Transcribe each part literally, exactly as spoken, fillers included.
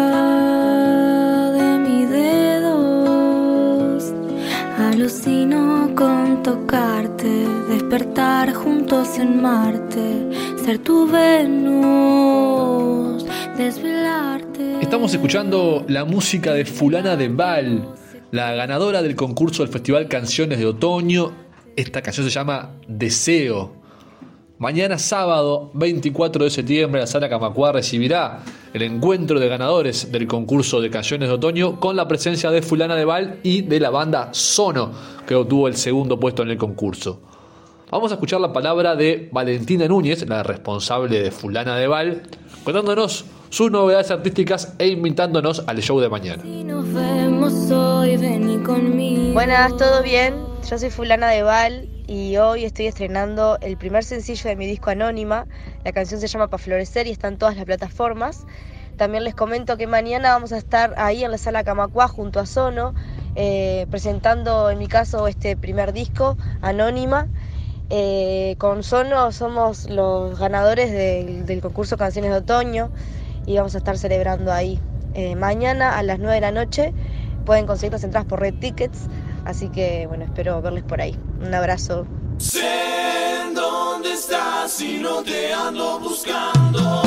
de mis dedos. Alucino con tocarte, despertar juntos en Marte, ser tu Venus, desvelarte. Estamos escuchando la música de Fulana de Val, la ganadora del concurso del Festival Canciones de Otoño. Esta canción se llama Deseo. Mañana sábado veinticuatro de septiembre la Sala Camacuá recibirá el encuentro de ganadores del concurso de Canciones de Otoño con la presencia de Fulana de Val y de la banda Sono, que obtuvo el segundo puesto en el concurso. Vamos a escuchar la palabra de Valentina Núñez, la responsable de Fulana de Val, contándonos sus novedades artísticas e invitándonos al show de mañana. Si nos vemos hoy, vení conmigo. Buenas, ¿todo bien? Yo soy Fulana de Val y hoy estoy estrenando el primer sencillo de mi disco Anónima. La canción se llama Pa' Florecer y está en todas las plataformas. También les comento que mañana vamos a estar ahí en la Sala Camacuá junto a Sono, eh, presentando en mi caso este primer disco, Anónima. Eh, con Sono somos los ganadores del, del concurso Canciones de Otoño y vamos a estar celebrando ahí. Eh, mañana a las nueve de la noche pueden conseguir las entradas por Red Tickets, así que bueno, espero verles por ahí. Un abrazo. Sé dónde estás y no te ando buscando.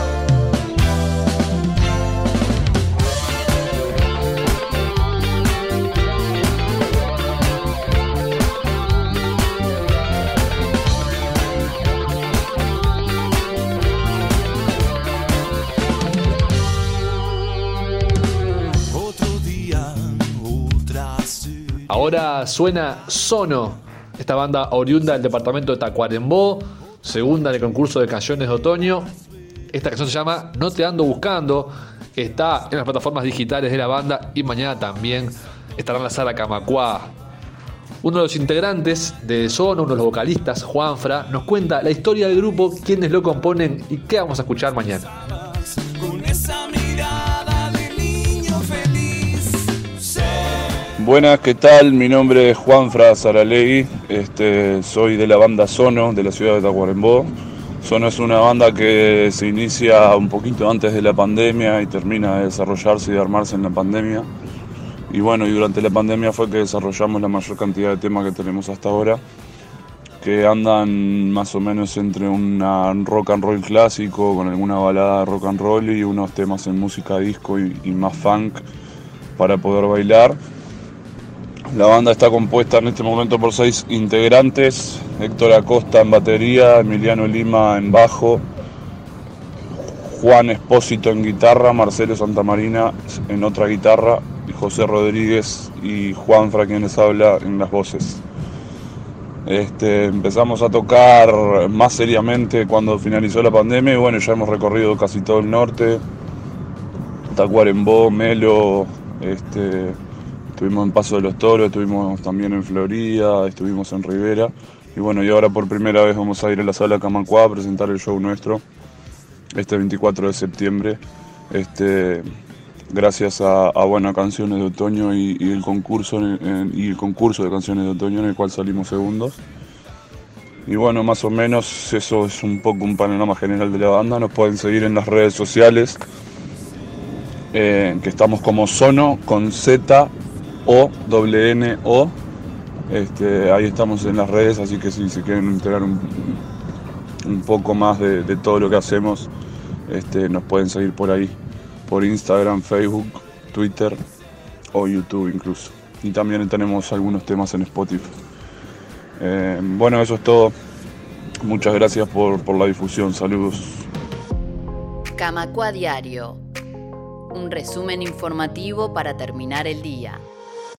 Ahora suena Sono, esta banda oriunda del departamento de Tacuarembó, segunda en el concurso de Canciones de Otoño. Esta canción se llama No te ando buscando, está en las plataformas digitales de la banda y mañana también estará en la Sala Camacuá. Uno de los integrantes de Sono, uno de los vocalistas, Juanfra, nos cuenta la historia del grupo, quiénes lo componen y qué vamos a escuchar mañana. Buenas, ¿qué tal? Mi nombre es Juanfra Saralegui, este, soy de la banda Sono, de la ciudad de Tacuarembó. Sono es una banda que se inicia un poquito antes de la pandemia y termina de desarrollarse y de armarse en la pandemia. Y bueno, y durante la pandemia fue que desarrollamos la mayor cantidad de temas que tenemos hasta ahora, que andan más o menos entre un rock and roll clásico, con alguna balada de rock and roll y unos temas en música disco y, y más funk para poder bailar. La banda está compuesta en este momento por seis integrantes: Héctor Acosta en batería, Emiliano Lima en bajo, Juan Espósito en guitarra, Marcelo Santamarina en otra guitarra y José Rodríguez y Juanfra, quienes habla, en las voces. Este, empezamos a tocar más seriamente cuando finalizó la pandemia y bueno, ya hemos recorrido casi todo el norte, Tacuarembó, Melo, este... estuvimos en Paso de los Toros, estuvimos también en Florida, estuvimos en Rivera. Y bueno, y ahora por primera vez vamos a ir a la Sala Camacuá a presentar el show nuestro este veinticuatro de septiembre. Este, gracias a, a bueno, Canciones de Otoño y, y, el concurso, en, y el concurso de Canciones de Otoño en el cual salimos segundos. Y bueno, más o menos eso es un poco un panorama general de la banda. Nos pueden seguir en las redes sociales, eh, que estamos como Sono con Z O N N O, este, ahí estamos en las redes, así que si se quieren enterar un, un poco más de, de todo lo que hacemos, este, nos pueden seguir por ahí, por Instagram, Facebook, Twitter o YouTube incluso. Y también tenemos algunos temas en Spotify. Eh, bueno, eso es todo. Muchas gracias por, por la difusión. Saludos. Camacuá Diario. Un resumen informativo para terminar el día.